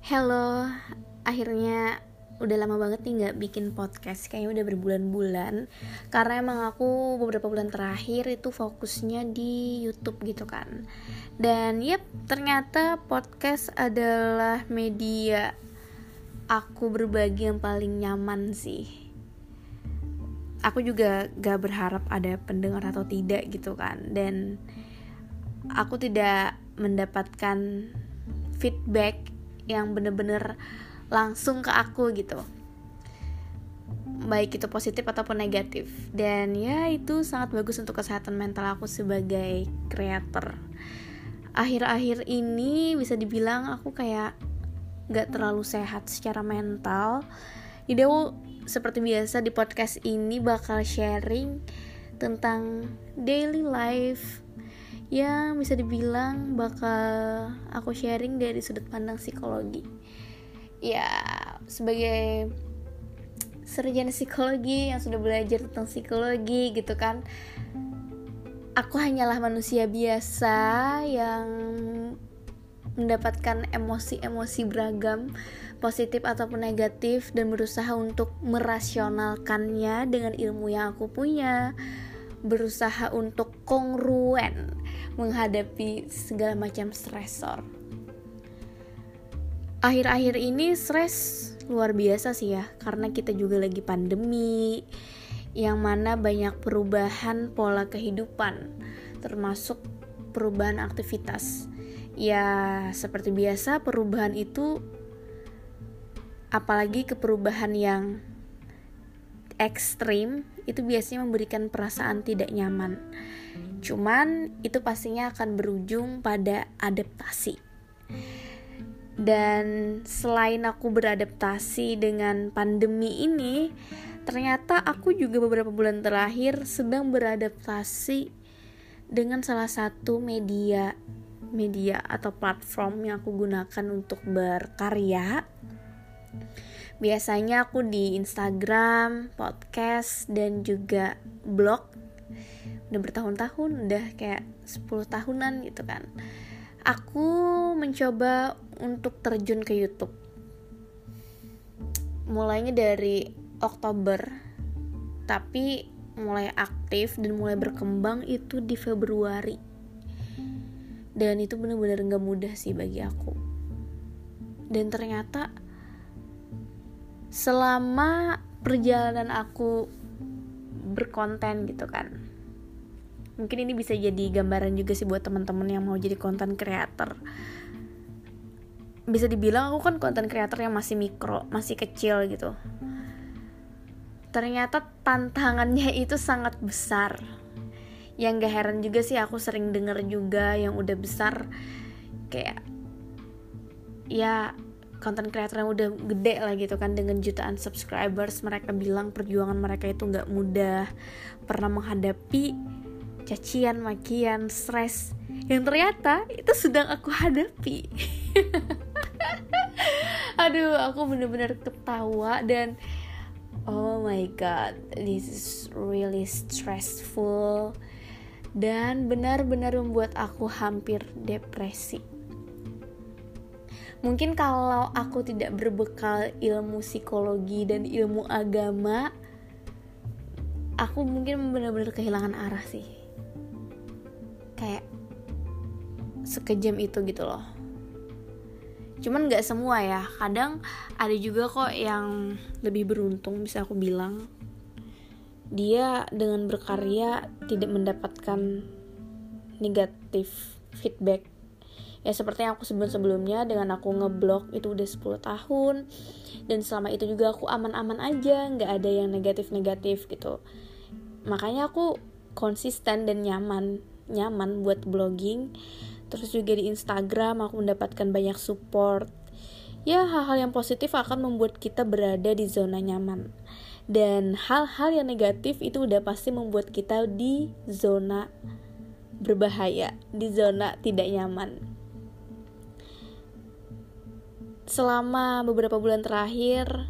Halo, akhirnya udah lama banget nih gak bikin podcast. Kayaknya udah berbulan-bulan. Karena emang aku beberapa bulan terakhir itu fokusnya di YouTube gitu kan. Dan ternyata podcast adalah media aku berbagi yang paling nyaman sih. Aku juga gak berharap ada pendengar atau tidak gitu kan. Dan aku tidak mendapatkan feedback yang bener-bener langsung ke aku gitu, baik itu positif ataupun negatif. Dan itu sangat bagus untuk kesehatan mental aku sebagai creator. Akhir-akhir ini bisa dibilang aku kayak gak terlalu sehat secara mental. Jadi aku seperti biasa di podcast ini bakal sharing tentang daily life yang bisa dibilang bakal aku sharing dari sudut pandang psikologi. Sebagai sarjana psikologi yang sudah belajar tentang psikologi gitu kan, aku hanyalah manusia biasa yang mendapatkan emosi-emosi beragam, positif ataupun negatif, dan berusaha untuk merasionalkannya dengan ilmu yang aku punya, berusaha untuk kongruen menghadapi segala macam stresor. Akhir-akhir ini stres luar biasa sih ya, karena kita juga lagi pandemi, yang mana banyak perubahan pola kehidupan, termasuk perubahan aktivitas. Seperti biasa perubahan itu, apalagi perubahan yang ekstrim, itu biasanya memberikan perasaan tidak nyaman. Cuman itu pastinya akan berujung pada adaptasi. Dan selain aku beradaptasi dengan pandemi ini, ternyata aku juga beberapa bulan terakhir sedang beradaptasi dengan salah satu media atau platform yang aku gunakan untuk berkarya. Biasanya aku di Instagram, podcast, dan juga blog. Udah bertahun-tahun, udah kayak 10 tahunan gitu kan. Aku mencoba untuk terjun ke YouTube. Mulainya dari Oktober, tapi mulai aktif dan mulai berkembang itu di Februari. Dan itu benar-benar gak mudah sih bagi aku. Dan ternyata selama perjalanan aku berkonten gitu kan, mungkin ini bisa jadi gambaran juga sih buat teman-teman yang mau jadi content creator. Bisa dibilang aku kan content creator yang masih mikro, masih kecil gitu. Ternyata tantangannya itu sangat besar. Yang gak heran juga sih, aku sering denger juga yang udah besar, kayak content creator yang udah gede lah gitu kan, dengan jutaan subscribers, mereka bilang perjuangan mereka itu gak mudah, pernah menghadapi cacian, makian, stres yang ternyata itu sedang aku hadapi. Aduh, aku bener-bener ketawa dan oh my god, this is really stressful dan benar-benar membuat aku hampir depresi. Mungkin kalau aku tidak berbekal ilmu psikologi dan ilmu agama, aku mungkin benar-benar kehilangan arah sih. Kayak sekejam itu gitu loh. Cuman gak semua ya, kadang ada juga kok yang lebih beruntung, bisa aku bilang. Dia dengan berkarya tidak mendapatkan negatif feedback. Seperti yang aku sebelumnya dengan aku ngeblog itu udah 10 tahun. Dan selama itu juga aku aman-aman aja, gak ada yang negatif-negatif gitu. Makanya aku konsisten dan nyaman buat blogging. Terus juga di Instagram aku mendapatkan banyak support. Hal-hal yang positif akan membuat kita berada di zona nyaman. Dan hal-hal yang negatif itu udah pasti membuat kita di zona berbahaya, di zona tidak nyaman. Selama beberapa bulan terakhir,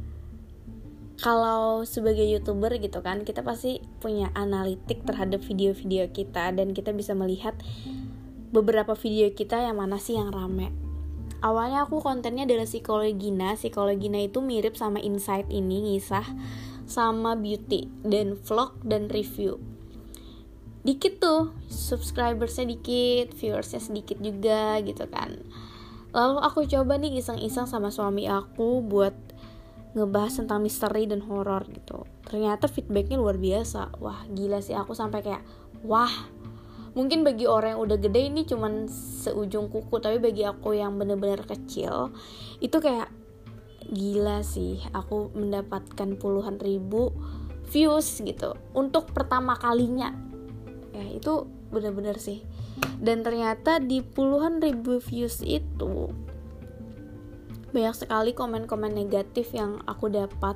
kalau sebagai YouTuber gitu kan, kita pasti punya analitik terhadap video-video kita, dan kita bisa melihat beberapa video kita yang mana sih yang rame, Awalnya aku kontennya adalah Psikologina itu mirip sama Insight ini, ngisah sama beauty dan vlog dan review. Dikit tuh subscribersnya dikit, viewersnya sedikit juga gitu kan. Lalu aku coba nih iseng-iseng sama suami aku buat ngebahas tentang misteri dan horor gitu. Ternyata feedbacknya luar biasa. Wah gila sih, aku sampai kayak wah. Mungkin bagi orang yang udah gede ini cuman seujung kuku, tapi bagi aku yang bener-bener kecil itu kayak gila sih. Aku mendapatkan puluhan ribu views gitu untuk pertama kalinya. Ya itu bener-bener sih. Dan ternyata di puluhan ribu views itu banyak sekali komen-komen negatif yang aku dapat.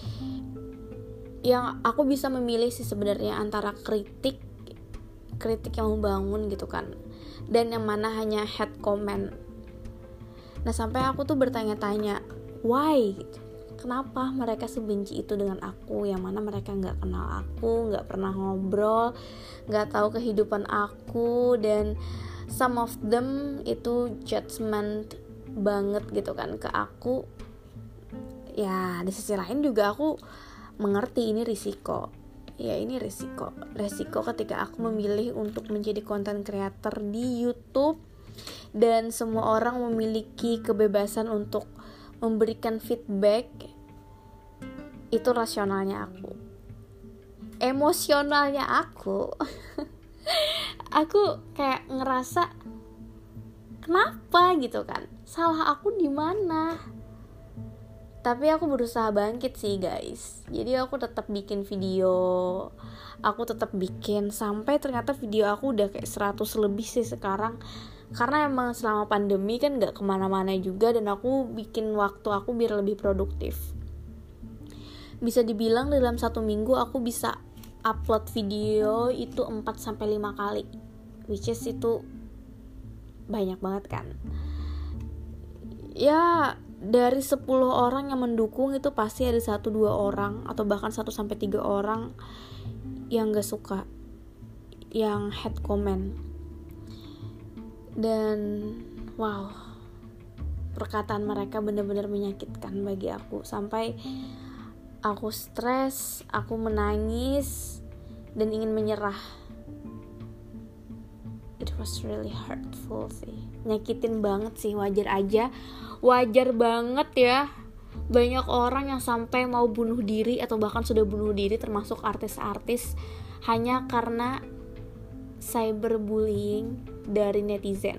Yang aku bisa memilih sih sebenarnya antara kritik yang membangun gitu kan, dan yang mana hanya hate comment. Nah sampai aku tuh bertanya-tanya why gitu. Kenapa mereka sebenci itu dengan aku, yang mana mereka gak kenal aku, gak pernah ngobrol, gak tahu kehidupan aku, dan some of them itu judgment banget gitu kan ke aku. Ya di sisi lain juga aku mengerti ini risiko. Ya ini resiko ketika aku memilih untuk menjadi content creator di YouTube, dan semua orang memiliki kebebasan untuk memberikan feedback. Itu rasionalnya aku. Emosionalnya aku aku kayak ngerasa kenapa gitu kan, salah aku di mana? Tapi aku berusaha bangkit sih guys. Jadi aku tetap bikin video, aku tetap bikin sampai ternyata video aku udah kayak 100 lebih sih sekarang. Karena emang selama pandemi kan gak kemana-mana juga, dan aku bikin waktu aku biar lebih produktif. Bisa dibilang dalam 1 minggu aku bisa upload video itu 4-5 kali, which is itu banyak banget kan. Ya dari 10 orang yang mendukung itu pasti ada 1-2 orang atau bahkan 1-3 orang yang gak suka, yang hate comment. Dan wow, perkataan mereka benar-benar menyakitkan bagi aku. Sampai aku stres, aku menangis dan ingin menyerah. It was really hurtful sih, nyakitin banget sih. Wajar banget ya, banyak orang yang sampai mau bunuh diri atau bahkan sudah bunuh diri, termasuk artis-artis, hanya karena cyberbullying dari netizen.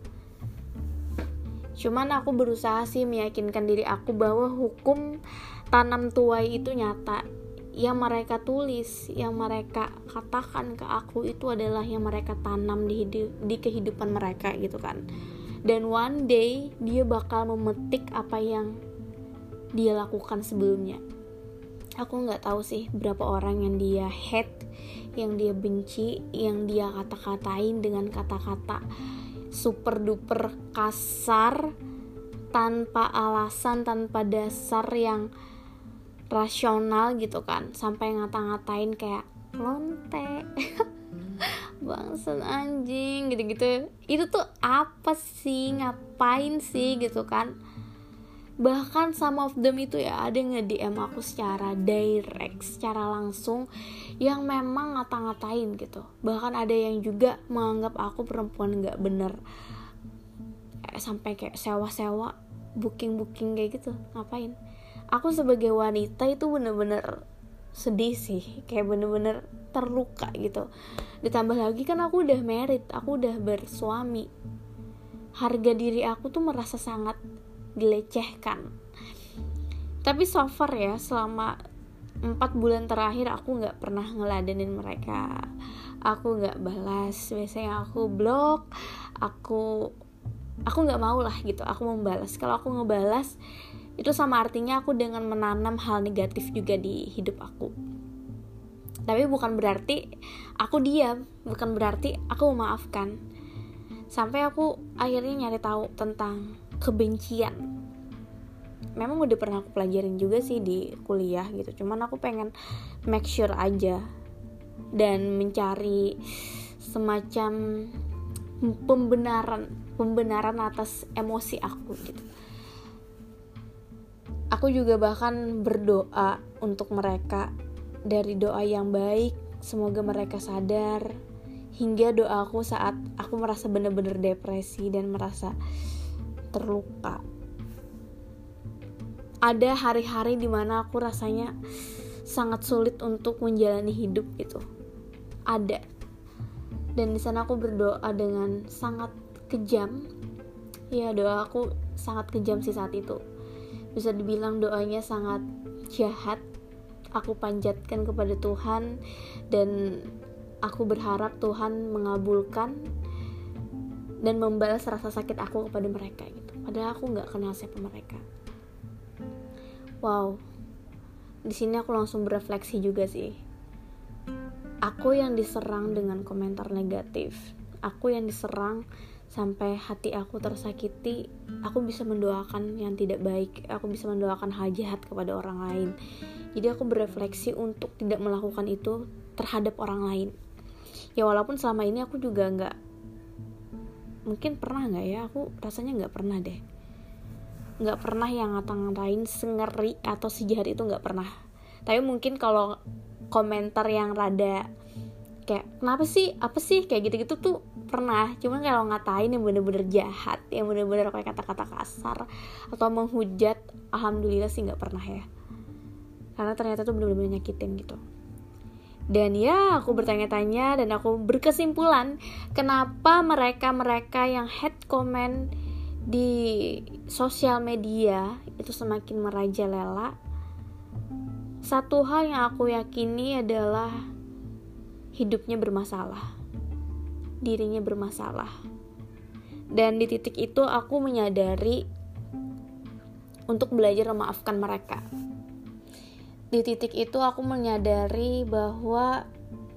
Cuman aku berusaha sih meyakinkan diri aku bahwa hukum tanam tuai itu nyata. Yang mereka tulis, yang mereka katakan ke aku itu adalah yang mereka tanam di kehidupan mereka gitu kan. Dan one day dia bakal memetik apa yang dia lakukan sebelumnya. Aku gak tahu sih berapa orang yang dia hate, yang dia benci, yang dia kata-katain dengan kata-kata super duper kasar, tanpa alasan, tanpa dasar yang rasional gitu kan, sampai ngata-ngatain kayak lonte, bangsat, anjing, gitu-gitu. Itu tuh apa sih, ngapain sih gitu kan. Bahkan some of them itu ya ada nge-DM aku secara direct, secara langsung, yang memang ngata-ngatain gitu. Bahkan ada yang juga menganggap aku perempuan gak bener, sampai kayak sewa-sewa, booking kayak gitu. Ngapain? Aku sebagai wanita itu bener-bener sedih sih, kayak bener-bener terluka gitu. Ditambah lagi kan aku udah married, aku udah bersuami. Harga diri aku tuh merasa sangat dilecehkan. Tapi so far ya, selama 4 bulan terakhir aku gak pernah ngeladenin mereka. Aku gak balas, biasanya aku blok. Aku gak mau lah gitu, aku membalas. Kalau aku ngebalas, itu sama artinya aku dengan menanam hal negatif juga di hidup aku. Tapi bukan berarti aku diam, bukan berarti aku memaafkan. Sampai aku akhirnya nyari tahu tentang kebencian. Memang udah pernah aku pelajarin juga sih di kuliah gitu, cuman aku pengen make sure aja dan mencari semacam pembenaran atas emosi aku gitu. Aku juga bahkan berdoa untuk mereka, dari doa yang baik, semoga mereka sadar, hingga doaku saat aku merasa benar-benar depresi dan merasa terluka. Ada hari-hari dimana aku rasanya sangat sulit untuk menjalani hidup gitu. Ada. Dan di sana aku berdoa dengan sangat kejam. Ya, doa aku sangat kejam sih saat itu. Bisa dibilang doanya sangat jahat. Aku panjatkan kepada Tuhan dan aku berharap Tuhan mengabulkan dan membalas rasa sakit aku kepada mereka gitu. Padahal aku nggak kenal siapa mereka. Wow, di sini aku langsung berefleksi juga sih. Aku yang diserang dengan komentar negatif, aku yang diserang sampai hati aku tersakiti. Aku bisa mendoakan yang tidak baik, aku bisa mendoakan hal jahat kepada orang lain. Jadi aku berefleksi untuk tidak melakukan itu terhadap orang lain. Ya walaupun selama ini aku juga gak, mungkin pernah gak ya, aku rasanya gak pernah deh, gak pernah yang ngata-ngatain sengeri atau sejahat itu, gak pernah. Tapi mungkin kalau komentar yang rada kayak kenapa sih, apa sih, kayak gitu-gitu tuh pernah. Cuman kalau ngatain yang bener-bener jahat, yang bener-bener kayak kata-kata kasar atau menghujat, alhamdulillah sih gak pernah ya. Karena ternyata tuh bener-bener nyakitin gitu. Dan ya aku bertanya-tanya dan aku berkesimpulan, kenapa mereka yang hate comment di sosial media itu semakin merajalela. Satu hal yang aku yakini adalah hidupnya bermasalah, dirinya bermasalah. Dan di titik itu aku menyadari untuk belajar memaafkan mereka. Di titik itu aku menyadari bahwa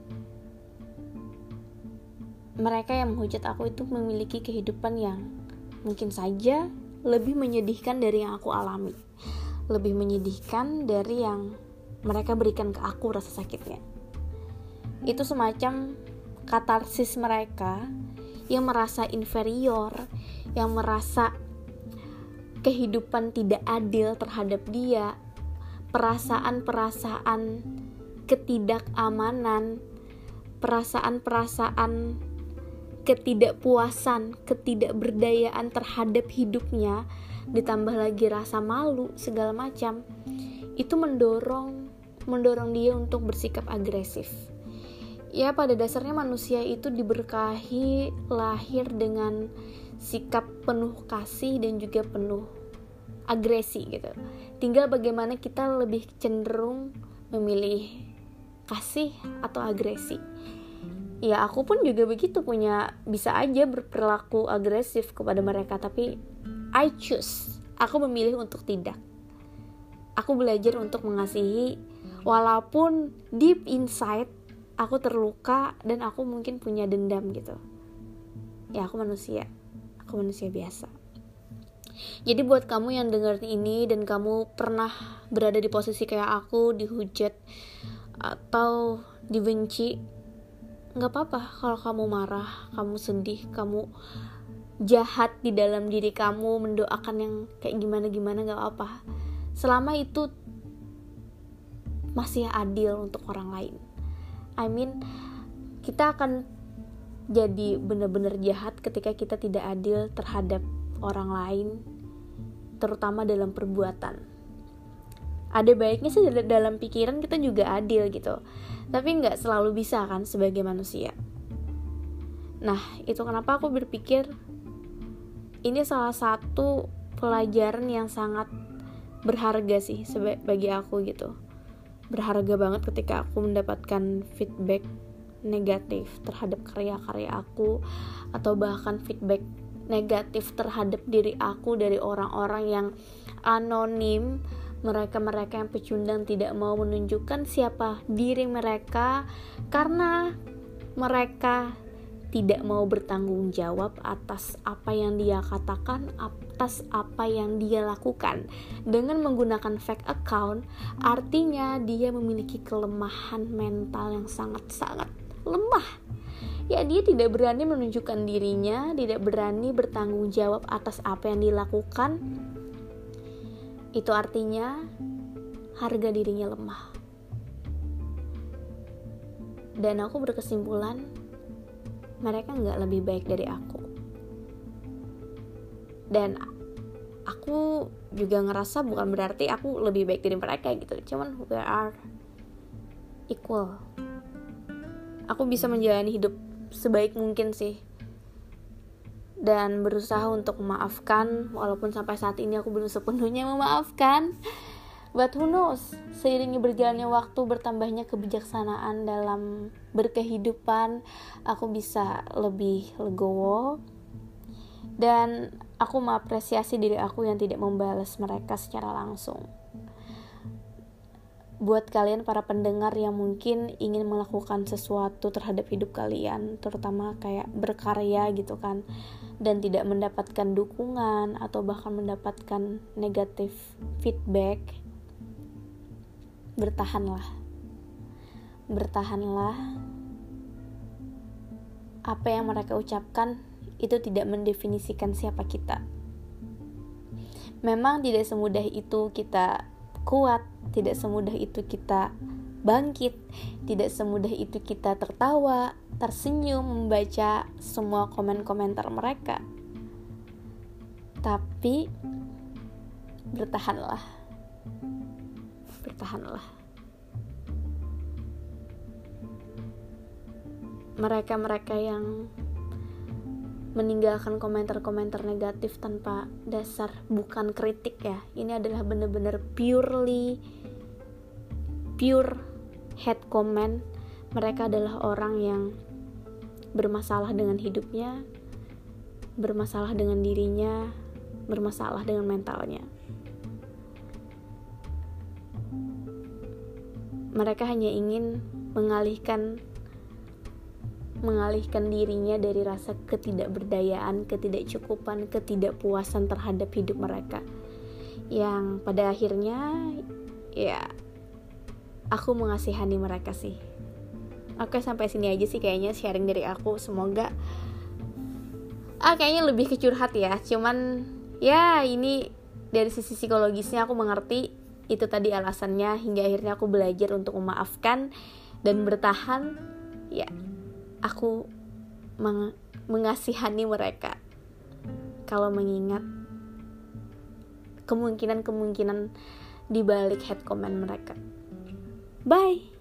mereka yang menghujat aku itu memiliki kehidupan yang mungkin saja lebih menyedihkan dari yang aku alami, lebih menyedihkan dari yang mereka berikan ke aku rasa sakitnya. Itu semacam katarsis mereka yang merasa inferior, yang merasa kehidupan tidak adil terhadap dia, perasaan-perasaan ketidakamanan, perasaan-perasaan ketidakpuasan, ketidakberdayaan terhadap hidupnya, ditambah lagi rasa malu segala macam. Itu mendorong dia untuk bersikap agresif. Ya, pada dasarnya manusia itu diberkahi lahir dengan sikap penuh kasih dan juga penuh agresi gitu. Tinggal bagaimana kita lebih cenderung memilih kasih atau agresi. Ya, aku pun juga begitu, bisa aja berperilaku agresif kepada mereka, tapi aku memilih untuk tidak. Aku belajar untuk mengasihi walaupun deep inside aku terluka dan aku mungkin punya dendam gitu. Ya, aku manusia biasa. Jadi buat kamu yang dengerin ini dan kamu pernah berada di posisi kayak aku, dihujat atau dibenci, gak apa-apa kalau kamu marah, kamu sedih, kamu jahat di dalam diri kamu, mendoakan yang kayak gimana-gimana, gak apa-apa. Selama itu masih adil untuk orang lain. Kita akan jadi benar-benar jahat ketika kita tidak adil terhadap orang lain, terutama dalam perbuatan. Ada baiknya sih dalam pikiran kita juga adil gitu, tapi gak selalu bisa kan sebagai manusia. Nah, itu kenapa aku berpikir ini salah satu pelajaran yang sangat berharga sih bagi aku gitu. Berharga banget ketika aku mendapatkan feedback negatif terhadap karya-karya aku, atau bahkan feedback negatif terhadap diri aku dari orang-orang yang anonim, mereka-mereka yang pecundang tidak mau menunjukkan siapa diri mereka karena mereka tidak mau bertanggung jawab atas apa yang dia katakan, atas apa yang dia lakukan. Dengan menggunakan fake account, artinya dia memiliki kelemahan mental yang sangat-sangat lemah, Ya, dia tidak berani menunjukkan dirinya, tidak berani bertanggung jawab atas apa yang dilakukan. Itu artinya harga dirinya lemah. Dan aku berkesimpulan, mereka gak lebih baik dari aku. Dan aku juga ngerasa bukan berarti aku lebih baik dari mereka gitu. Cuman we are equal. Aku bisa menjalani hidup sebaik mungkin sih. Dan berusaha untuk memaafkan, walaupun sampai saat ini aku belum sepenuhnya memaafkan. But who knows, seiringnya berjalannya waktu, bertambahnya kebijaksanaan dalam berkehidupan, aku bisa lebih legowo. Dan aku mengapresiasi diri aku yang tidak membalas mereka secara langsung. Buat kalian para pendengar yang mungkin ingin melakukan sesuatu terhadap hidup kalian, terutama kayak berkarya gitu kan, dan tidak mendapatkan dukungan atau bahkan mendapatkan negatif feedback, bertahanlah. Apa yang mereka ucapkan itu tidak mendefinisikan siapa kita. Memang tidak semudah itu kita kuat, tidak semudah itu kita bangkit, tidak semudah itu kita tertawa, tersenyum membaca semua komen-komentar mereka. Tapi bertahanlah. Mereka-mereka yang meninggalkan komentar-komentar negatif tanpa dasar, bukan kritik ya. Ini adalah benar-benar pure hate comment. Mereka adalah orang yang bermasalah dengan hidupnya, bermasalah dengan dirinya, bermasalah dengan mentalnya. Mereka hanya ingin mengalihkan dirinya dari rasa ketidakberdayaan, ketidakcukupan, ketidakpuasan terhadap hidup mereka. Yang pada akhirnya ya aku mengasihani mereka sih. Oke, sampai sini aja sih kayaknya sharing dari aku. Semoga kayaknya lebih ke curhat ya. Cuman ya ini dari sisi psikologisnya aku mengerti. Itu tadi alasannya hingga akhirnya aku belajar untuk memaafkan dan bertahan. Ya, aku mengasihani mereka kalau mengingat kemungkinan di balik hate comment mereka. Bye.